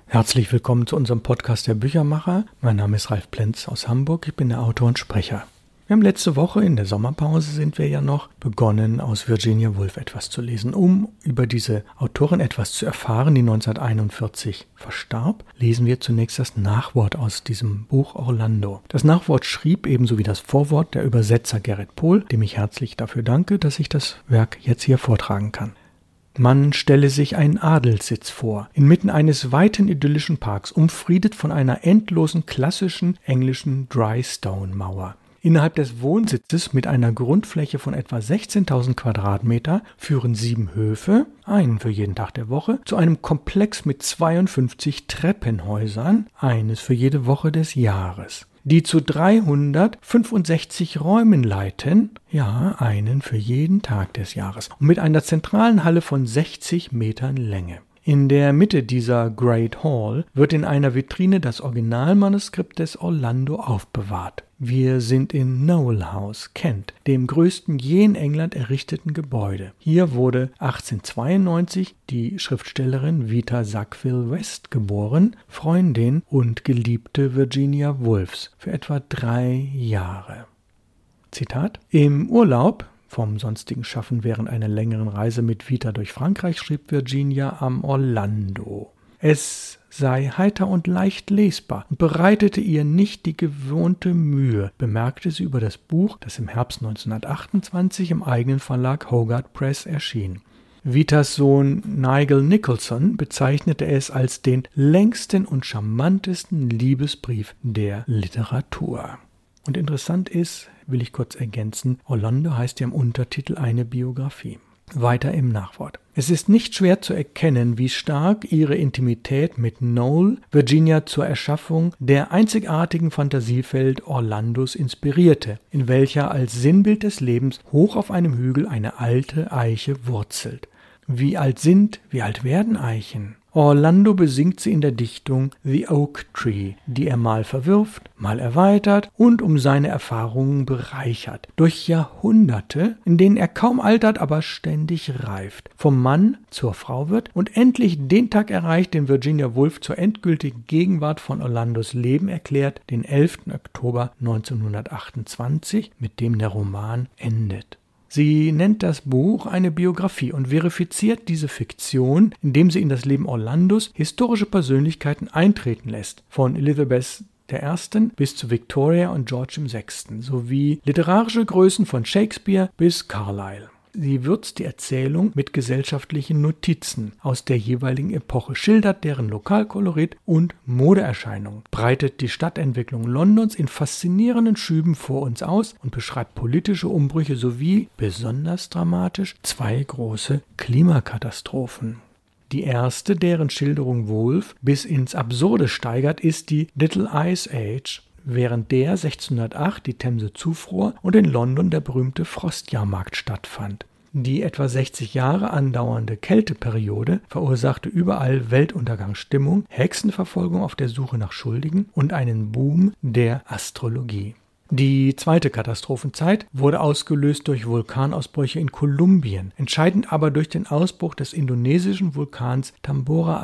Herzlich willkommen zu unserem Podcast der Büchermacher. Mein Name ist Ralf Plenz aus Hamburg. Ich bin der Autor und Sprecher. Wir haben letzte Woche, in der Sommerpause sind wir ja noch, begonnen, aus Virginia Woolf etwas zu lesen. Um über diese Autorin etwas zu erfahren, die 1941 verstarb, lesen wir zunächst das Nachwort aus diesem Buch Orlando. Das Nachwort schrieb, ebenso wie das Vorwort, der Übersetzer Gerrit Pohl, dem ich herzlich dafür danke, dass ich das Werk jetzt hier vortragen kann. Man stelle sich einen Adelssitz vor, inmitten eines weiten idyllischen Parks, umfriedet von einer endlosen klassischen englischen Dry-Stone-Mauer. Innerhalb des Wohnsitzes mit einer Grundfläche von etwa 16.000 Quadratmeter führen 7 Höfe, einen für jeden Tag der Woche, zu einem Komplex mit 52 Treppenhäusern, eines für jede Woche des Jahres, die zu 365 Räumen leiten, ja, einen für jeden Tag des Jahres, und mit einer zentralen Halle von 60 Metern Länge. In der Mitte dieser Great Hall wird in einer Vitrine das Originalmanuskript des Orlando aufbewahrt. Wir sind in Knowle House, Kent, dem größten je in England errichteten Gebäude. Hier wurde 1892 die Schriftstellerin Vita Sackville West geboren, Freundin und Geliebte Virginia Woolfs, für etwa 3 Jahre. Zitat: Im Urlaub vom sonstigen Schaffen während einer längeren Reise mit Vita durch Frankreich schrieb Virginia am Orlando. Es sei heiter und leicht lesbar und bereitete ihr nicht die gewohnte Mühe, bemerkte sie über das Buch, das im Herbst 1928 im eigenen Verlag Hogarth Press erschien. Vitas Sohn Nigel Nicholson bezeichnete es als den längsten und charmantesten Liebesbrief der Literatur. Und interessant ist, will ich kurz ergänzen, Orlando heißt ja im Untertitel eine Biografie. Weiter im Nachwort. Es ist nicht schwer zu erkennen, wie stark ihre Intimität mit Knowle Virginia zur Erschaffung der einzigartigen Fantasiewelt Orlandos inspirierte, in welcher als Sinnbild des Lebens hoch auf einem Hügel eine alte Eiche wurzelt. Wie alt werden Eichen? Orlando besingt sie in der Dichtung The Oak Tree, die er mal verwirft, mal erweitert und um seine Erfahrungen bereichert. Durch Jahrhunderte, in denen er kaum altert, aber ständig reift, vom Mann zur Frau wird und endlich den Tag erreicht, den Virginia Woolf zur endgültigen Gegenwart von Orlandos Leben erklärt, den 11. Oktober 1928, mit dem der Roman endet. Sie nennt das Buch eine Biografie und verifiziert diese Fiktion, indem sie in das Leben Orlandos historische Persönlichkeiten eintreten lässt, von Elizabeth I. bis zu Victoria und George VI. Sowie literarische Größen von Shakespeare bis Carlyle. Sie würzt die Erzählung mit gesellschaftlichen Notizen aus der jeweiligen Epoche, schildert deren Lokalkolorit und Modeerscheinungen, breitet die Stadtentwicklung Londons in faszinierenden Schüben vor uns aus und beschreibt politische Umbrüche sowie, besonders dramatisch, 2 große Klimakatastrophen. Die erste, deren Schilderung Woolf bis ins Absurde steigert, ist die Little Ice Age, während der 1608 die Themse zufror und in London der berühmte Frostjahrmarkt stattfand. Die etwa 60 Jahre andauernde Kälteperiode verursachte überall Weltuntergangsstimmung, Hexenverfolgung auf der Suche nach Schuldigen und einen Boom der Astrologie. Die zweite Katastrophenzeit wurde ausgelöst durch Vulkanausbrüche in Kolumbien, entscheidend aber durch den Ausbruch des indonesischen Vulkans Tambora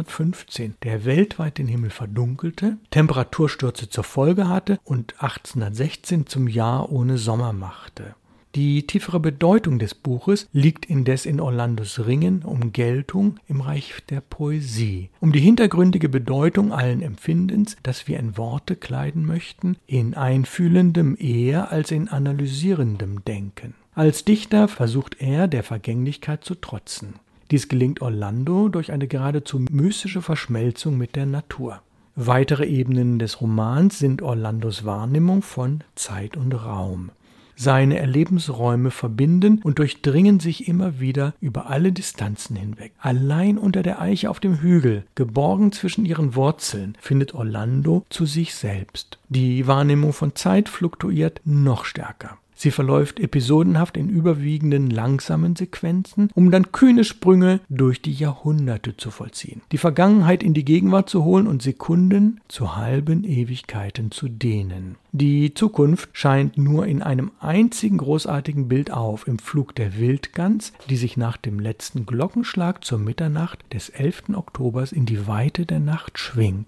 1815, der weltweit den Himmel verdunkelte, Temperaturstürze zur Folge hatte und 1816 zum Jahr ohne Sommer machte. Die tiefere Bedeutung des Buches liegt indes in Orlandos Ringen um Geltung im Reich der Poesie, um die hintergründige Bedeutung allen Empfindens, das wir in Worte kleiden möchten, in einfühlendem eher als in analysierendem Denken. Als Dichter versucht er, der Vergänglichkeit zu trotzen. Dies gelingt Orlando durch eine geradezu mystische Verschmelzung mit der Natur. Weitere Ebenen des Romans sind Orlandos Wahrnehmung von Zeit und Raum. Seine Erlebensräume verbinden und durchdringen sich immer wieder über alle Distanzen hinweg. Allein unter der Eiche auf dem Hügel, geborgen zwischen ihren Wurzeln, findet Orlando zu sich selbst. Die Wahrnehmung von Zeit fluktuiert noch stärker. Sie verläuft episodenhaft in überwiegenden langsamen Sequenzen, um dann kühne Sprünge durch die Jahrhunderte zu vollziehen, die Vergangenheit in die Gegenwart zu holen und Sekunden zu halben Ewigkeiten zu dehnen. Die Zukunft scheint nur in einem einzigen großartigen Bild auf, im Flug der Wildgans, die sich nach dem letzten Glockenschlag zur Mitternacht des 11. Oktobers in die Weite der Nacht schwingt.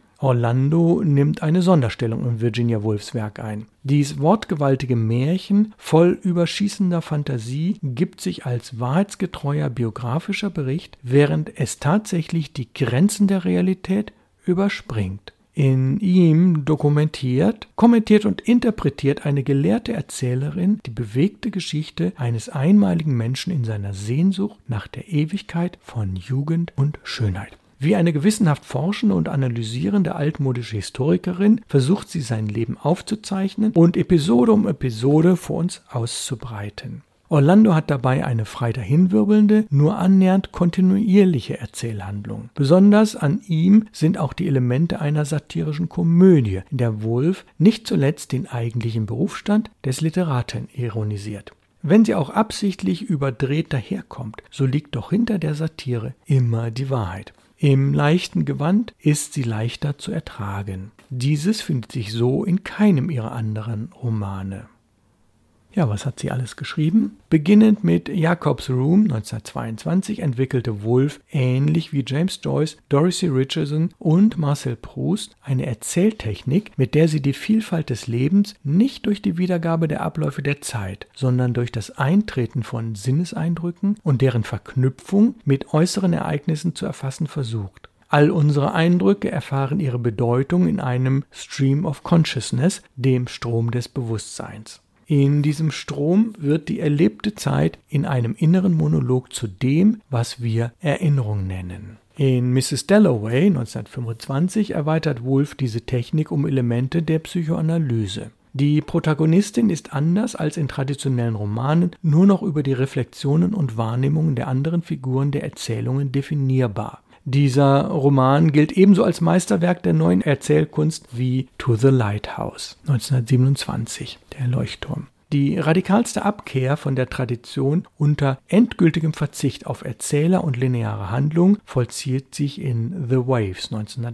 Orlando nimmt eine Sonderstellung in Virginia Woolfs Werk ein. Dies wortgewaltige Märchen voll überschießender Fantasie gibt sich als wahrheitsgetreuer biografischer Bericht, während es tatsächlich die Grenzen der Realität überspringt. In ihm dokumentiert, kommentiert und interpretiert eine gelehrte Erzählerin die bewegte Geschichte eines einmaligen Menschen in seiner Sehnsucht nach der Ewigkeit von Jugend und Schönheit. Wie eine gewissenhaft forschende und analysierende altmodische Historikerin versucht sie sein Leben aufzuzeichnen und Episode um Episode vor uns auszubreiten. Orlando hat dabei eine frei dahinwirbelnde, nur annähernd kontinuierliche Erzählhandlung. Besonders an ihm sind auch die Elemente einer satirischen Komödie, in der Woolf nicht zuletzt den eigentlichen Berufsstand des Literaten ironisiert. Wenn sie auch absichtlich überdreht daherkommt, so liegt doch hinter der Satire immer die Wahrheit. Im leichten Gewand ist sie leichter zu ertragen. Dieses findet sich so in keinem ihrer anderen Romane. Ja, was hat sie alles geschrieben? Beginnend mit Jacob's Room 1922 entwickelte Woolf, ähnlich wie James Joyce, Dorothy Richardson und Marcel Proust, eine Erzähltechnik, mit der sie die Vielfalt des Lebens nicht durch die Wiedergabe der Abläufe der Zeit, sondern durch das Eintreten von Sinneseindrücken und deren Verknüpfung mit äußeren Ereignissen zu erfassen versucht. All unsere Eindrücke erfahren ihre Bedeutung in einem Stream of Consciousness, dem Strom des Bewusstseins. In diesem Strom wird die erlebte Zeit in einem inneren Monolog zu dem, was wir Erinnerung nennen. In Mrs. Dalloway 1925 erweitert Woolf diese Technik um Elemente der Psychoanalyse. Die Protagonistin ist anders als in traditionellen Romanen nur noch über die Reflexionen und Wahrnehmungen der anderen Figuren der Erzählungen definierbar. Dieser Roman gilt ebenso als Meisterwerk der neuen Erzählkunst wie To the Lighthouse 1927, der Leuchtturm. Die radikalste Abkehr von der Tradition unter endgültigem Verzicht auf Erzähler und lineare Handlung vollzieht sich in The Waves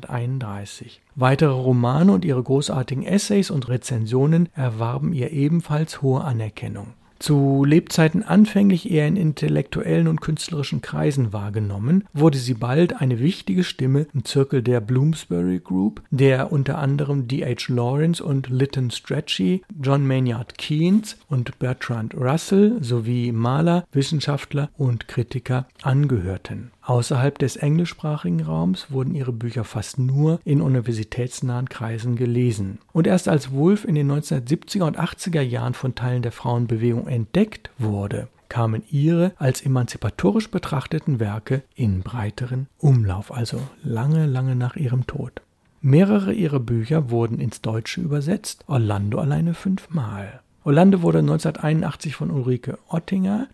1931. Weitere Romane und ihre großartigen Essays und Rezensionen erwarben ihr ebenfalls hohe Anerkennung. Zu Lebzeiten anfänglich eher in intellektuellen und künstlerischen Kreisen wahrgenommen, wurde sie bald eine wichtige Stimme im Zirkel der Bloomsbury Group, der unter anderem D.H. Lawrence und Lytton Strachey, John Maynard Keynes und Bertrand Russell sowie Maler, Wissenschaftler und Kritiker angehörten. Außerhalb des englischsprachigen Raums wurden ihre Bücher fast nur in universitätsnahen Kreisen gelesen. Und erst als Woolf in den 1970er und 80er Jahren von Teilen der Frauenbewegung entdeckt wurde, kamen ihre als emanzipatorisch betrachteten Werke in breiteren Umlauf, also lange, lange nach ihrem Tod. Mehrere ihrer Bücher wurden ins Deutsche übersetzt, Orlando alleine 5-mal. Orlando wurde 1981 von Ulrike Ottinger,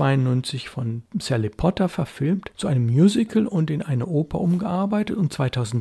1992 von Sally Potter verfilmt, zu einem Musical und in eine Oper umgearbeitet und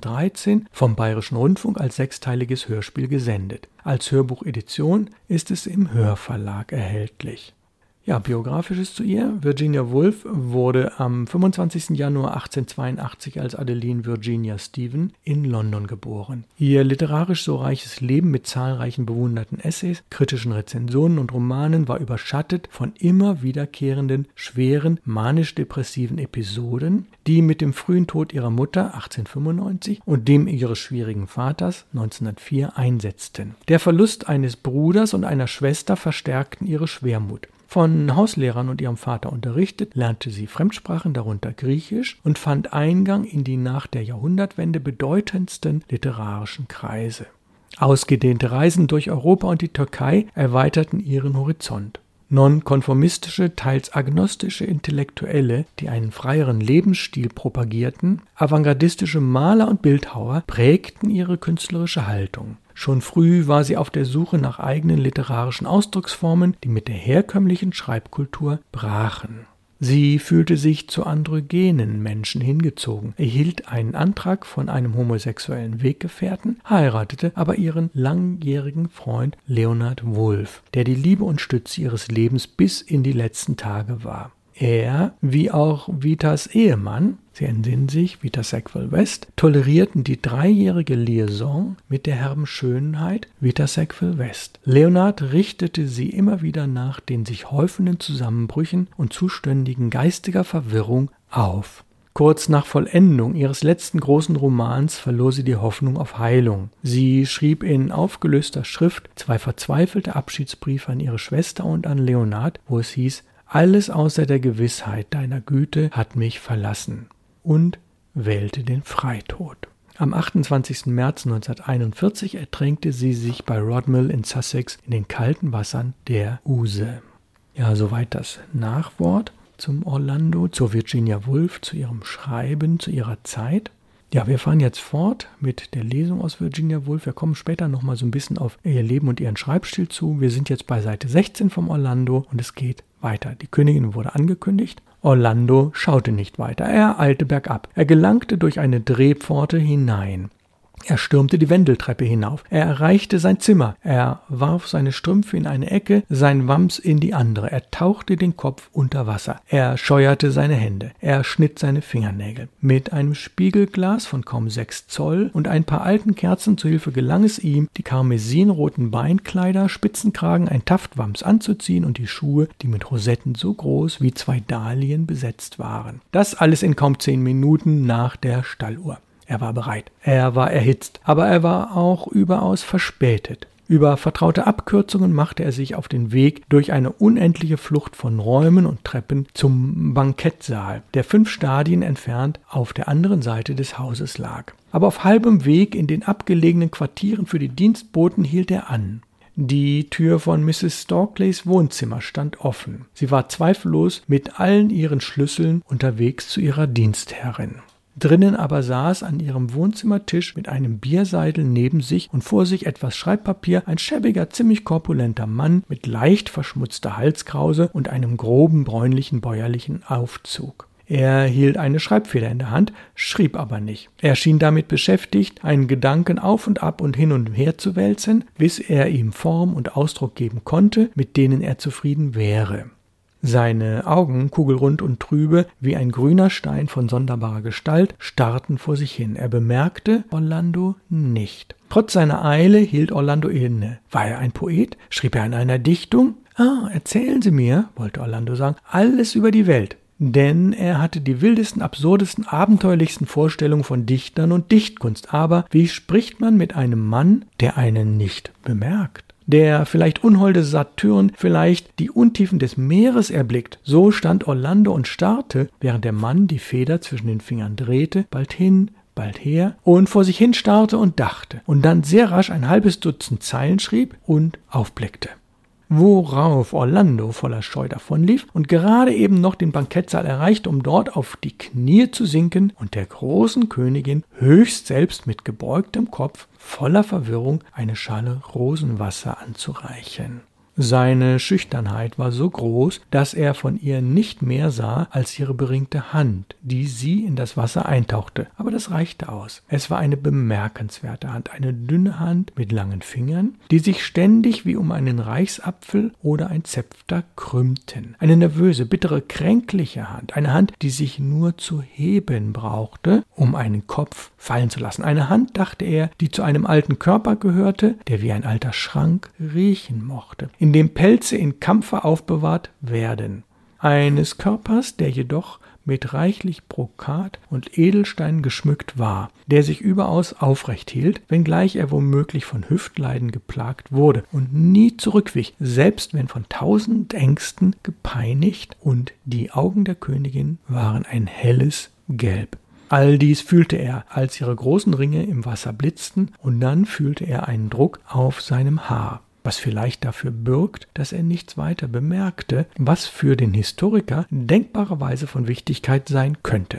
2013 vom Bayerischen Rundfunk als 6-teiliges Hörspiel gesendet. Als Hörbuchedition ist es im Hörverlag erhältlich. Ja, Biografisches zu ihr. Virginia Woolf wurde am 25. Januar 1882 als Adeline Virginia Stephen in London geboren. Ihr literarisch so reiches Leben mit zahlreichen bewunderten Essays, kritischen Rezensionen und Romanen war überschattet von immer wiederkehrenden, schweren, manisch-depressiven Episoden, die mit dem frühen Tod ihrer Mutter 1895 und dem ihres schwierigen Vaters 1904 einsetzten. Der Verlust eines Bruders und einer Schwester verstärkten ihre Schwermut. Von Hauslehrern und ihrem Vater unterrichtet, lernte sie Fremdsprachen, darunter Griechisch, und fand Eingang in die nach der Jahrhundertwende bedeutendsten literarischen Kreise. Ausgedehnte Reisen durch Europa und die Türkei erweiterten ihren Horizont. Nonkonformistische, teils agnostische Intellektuelle, die einen freieren Lebensstil propagierten, avantgardistische Maler und Bildhauer prägten ihre künstlerische Haltung. Schon früh war sie auf der Suche nach eigenen literarischen Ausdrucksformen, die mit der herkömmlichen Schreibkultur brachen. Sie fühlte sich zu androgenen Menschen hingezogen, erhielt einen Antrag von einem homosexuellen Weggefährten, heiratete aber ihren langjährigen Freund Leonard Woolf, der die Liebe und Stütze ihres Lebens bis in die letzten Tage war. Er, wie auch Vitas Ehemann, Sie entsinnen sich, Vita Sackville West, tolerierten die 3-jährige Liaison mit der herben Schönheit Vita Sackville West. Leonard richtete sie immer wieder nach den sich häufenden Zusammenbrüchen und Zuständen geistiger Verwirrung auf. Kurz nach Vollendung ihres letzten großen Romans verlor sie die Hoffnung auf Heilung. Sie schrieb in aufgelöster Schrift 2 verzweifelte Abschiedsbriefe an ihre Schwester und an Leonard, wo es hieß: Alles außer der Gewissheit deiner Güte hat mich verlassen, und wählte den Freitod. Am 28. März 1941 ertränkte sie sich bei Rodmill in Sussex in den kalten Wassern der Ouse. Ja, soweit das Nachwort zum Orlando, zur Virginia Woolf, zu ihrem Schreiben, zu ihrer Zeit. Ja, wir fahren jetzt fort mit der Lesung aus Virginia Woolf. Wir kommen später nochmal so ein bisschen auf ihr Leben und ihren Schreibstil zu. Wir sind jetzt bei Seite 16 vom Orlando und es geht weiter. Die Königin wurde angekündigt. Orlando schaute nicht weiter. Er eilte bergab. Er gelangte durch eine Drehpforte hinein. Er stürmte die Wendeltreppe hinauf. Er erreichte sein Zimmer. Er warf seine Strümpfe in eine Ecke, sein Wams in die andere. Er tauchte den Kopf unter Wasser. Er scheuerte seine Hände. Er schnitt seine Fingernägel. Mit einem Spiegelglas von kaum 6 Zoll und ein paar alten Kerzen zu Hilfe gelang es ihm, die karmesinroten Beinkleider, Spitzenkragen, ein Taftwams anzuziehen und die Schuhe, die mit Rosetten so groß wie 2 Dahlien besetzt waren. Das alles in kaum 10 Minuten nach der Stalluhr. Er war bereit, er war erhitzt, aber er war auch überaus verspätet. Über vertraute Abkürzungen machte er sich auf den Weg durch eine unendliche Flucht von Räumen und Treppen zum Bankettsaal, der 5 Stadien entfernt auf der anderen Seite des Hauses lag. Aber auf halbem Weg in den abgelegenen Quartieren für die Dienstboten hielt er an. Die Tür von Mrs. Stalkleys Wohnzimmer stand offen. Sie war zweifellos mit allen ihren Schlüsseln unterwegs zu ihrer Dienstherrin. Drinnen aber saß an ihrem Wohnzimmertisch mit einem Bierseidel neben sich und vor sich etwas Schreibpapier ein schäbiger, ziemlich korpulenter Mann mit leicht verschmutzter Halskrause und einem groben, bräunlichen, bäuerlichen Aufzug. Er hielt eine Schreibfeder in der Hand, schrieb aber nicht. Er schien damit beschäftigt, einen Gedanken auf und ab und hin und her zu wälzen, bis er ihm Form und Ausdruck geben konnte, mit denen er zufrieden wäre. Seine Augen, kugelrund und trübe, wie ein grüner Stein von sonderbarer Gestalt, starrten vor sich hin. Er bemerkte Orlando nicht. Trotz seiner Eile hielt Orlando inne. War er ein Poet? Schrieb er in einer Dichtung? Erzählen Sie mir, wollte Orlando sagen, alles über die Welt. Denn er hatte die wildesten, absurdesten, abenteuerlichsten Vorstellungen von Dichtern und Dichtkunst. Aber wie spricht man mit einem Mann, der einen nicht bemerkt? Der vielleicht unholde Saturn vielleicht die Untiefen des Meeres erblickt. So stand Orlando und starrte, während der Mann die Feder zwischen den Fingern drehte, bald hin, bald her und vor sich hin starrte und dachte und dann sehr rasch ein halbes Dutzend Zeilen schrieb und aufblickte. Worauf Orlando voller Scheu davonlief und gerade eben noch den Bankettsaal erreichte, um dort auf die Knie zu sinken und der großen Königin höchst selbst mit gebeugtem Kopf voller Verwirrung eine Schale Rosenwasser anzureichen. Seine Schüchternheit war so groß, dass er von ihr nicht mehr sah als ihre beringte Hand, die sie in das Wasser eintauchte. Aber das reichte aus. Es war eine bemerkenswerte Hand, eine dünne Hand mit langen Fingern, die sich ständig wie um einen Reichsapfel oder ein Zepter krümmten. Eine nervöse, bittere, kränkliche Hand, eine Hand, die sich nur zu heben brauchte, um einen Kopf fallen zu lassen. Eine Hand, dachte er, die zu einem alten Körper gehörte, der wie ein alter Schrank riechen mochte, in dem Pelze in Kampfer aufbewahrt werden. Eines Körpers, der jedoch mit reichlich Brokat und Edelsteinen geschmückt war, der sich überaus aufrecht hielt, wenngleich er womöglich von Hüftleiden geplagt wurde und nie zurückwich, selbst wenn von 1000 Ängsten gepeinigt, und die Augen der Königin waren ein helles Gelb. All dies fühlte er, als ihre großen Ringe im Wasser blitzten, und dann fühlte er einen Druck auf seinem Haar, was vielleicht dafür bürgt, dass er nichts weiter bemerkte, was für den Historiker denkbarerweise von Wichtigkeit sein könnte.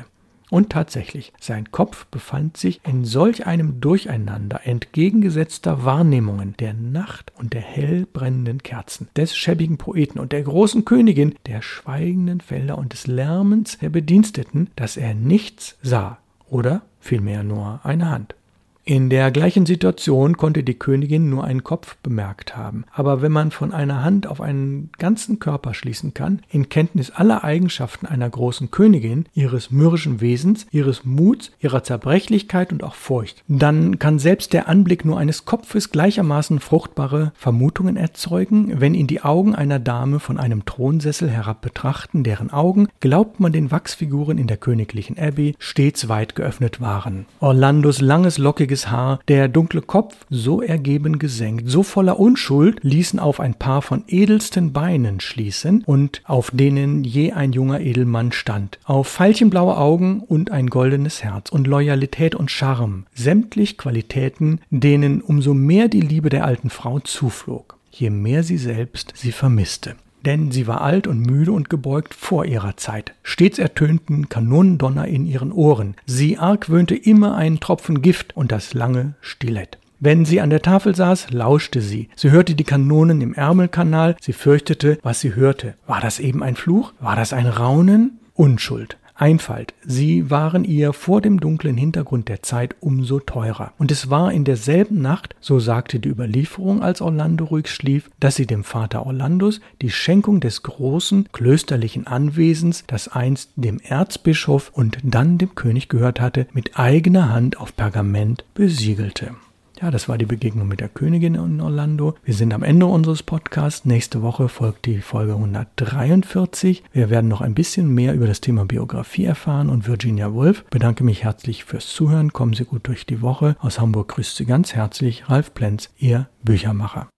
Und tatsächlich, sein Kopf befand sich in solch einem Durcheinander entgegengesetzter Wahrnehmungen der Nacht und der hell brennenden Kerzen, des schäbigen Poeten und der großen Königin, der schweigenden Felder und des Lärmens der Bediensteten, dass er nichts sah oder vielmehr nur eine Hand. In der gleichen Situation konnte die Königin nur einen Kopf bemerkt haben. Aber wenn man von einer Hand auf einen ganzen Körper schließen kann, in Kenntnis aller Eigenschaften einer großen Königin, ihres mürrischen Wesens, ihres Muts, ihrer Zerbrechlichkeit und auch Furcht, dann kann selbst der Anblick nur eines Kopfes gleichermaßen fruchtbare Vermutungen erzeugen, wenn ihn die Augen einer Dame von einem Thronsessel herab betrachten, deren Augen, glaubt man den Wachsfiguren in der königlichen Abbey, stets weit geöffnet waren. Orlandos langes, lockiges Haar, der dunkle Kopf, so ergeben gesenkt, so voller Unschuld, ließen auf ein Paar von edelsten Beinen schließen und auf denen je ein junger Edelmann stand, auf veilchenblaue Augen und ein goldenes Herz und Loyalität und Charme, sämtlich Qualitäten, denen umso mehr die Liebe der alten Frau zuflog, je mehr sie selbst sie vermisste. Denn sie war alt und müde und gebeugt vor ihrer Zeit. Stets ertönten Kanonendonner in ihren Ohren. Sie argwöhnte immer einen Tropfen Gift und das lange Stilett. Wenn sie an der Tafel saß, lauschte sie. Sie hörte die Kanonen im Ärmelkanal. Sie fürchtete, was sie hörte. War das eben ein Fluch? War das ein Raunen? Unschuld. Einfalt, sie waren ihr vor dem dunklen Hintergrund der Zeit umso teurer. Und es war in derselben Nacht, so sagte die Überlieferung, als Orlando ruhig schlief, dass sie dem Vater Orlandos die Schenkung des großen klösterlichen Anwesens, das einst dem Erzbischof und dann dem König gehört hatte, mit eigener Hand auf Pergament besiegelte. Ja, das war die Begegnung mit der Königin in Orlando. Wir sind am Ende unseres Podcasts. Nächste Woche folgt die Folge 143. Wir werden noch ein bisschen mehr über das Thema Biografie erfahren und Virginia Woolf. Ich bedanke mich herzlich fürs Zuhören. Kommen Sie gut durch die Woche. Aus Hamburg grüßt Sie ganz herzlich Ralf Plenz, Ihr Büchermacher.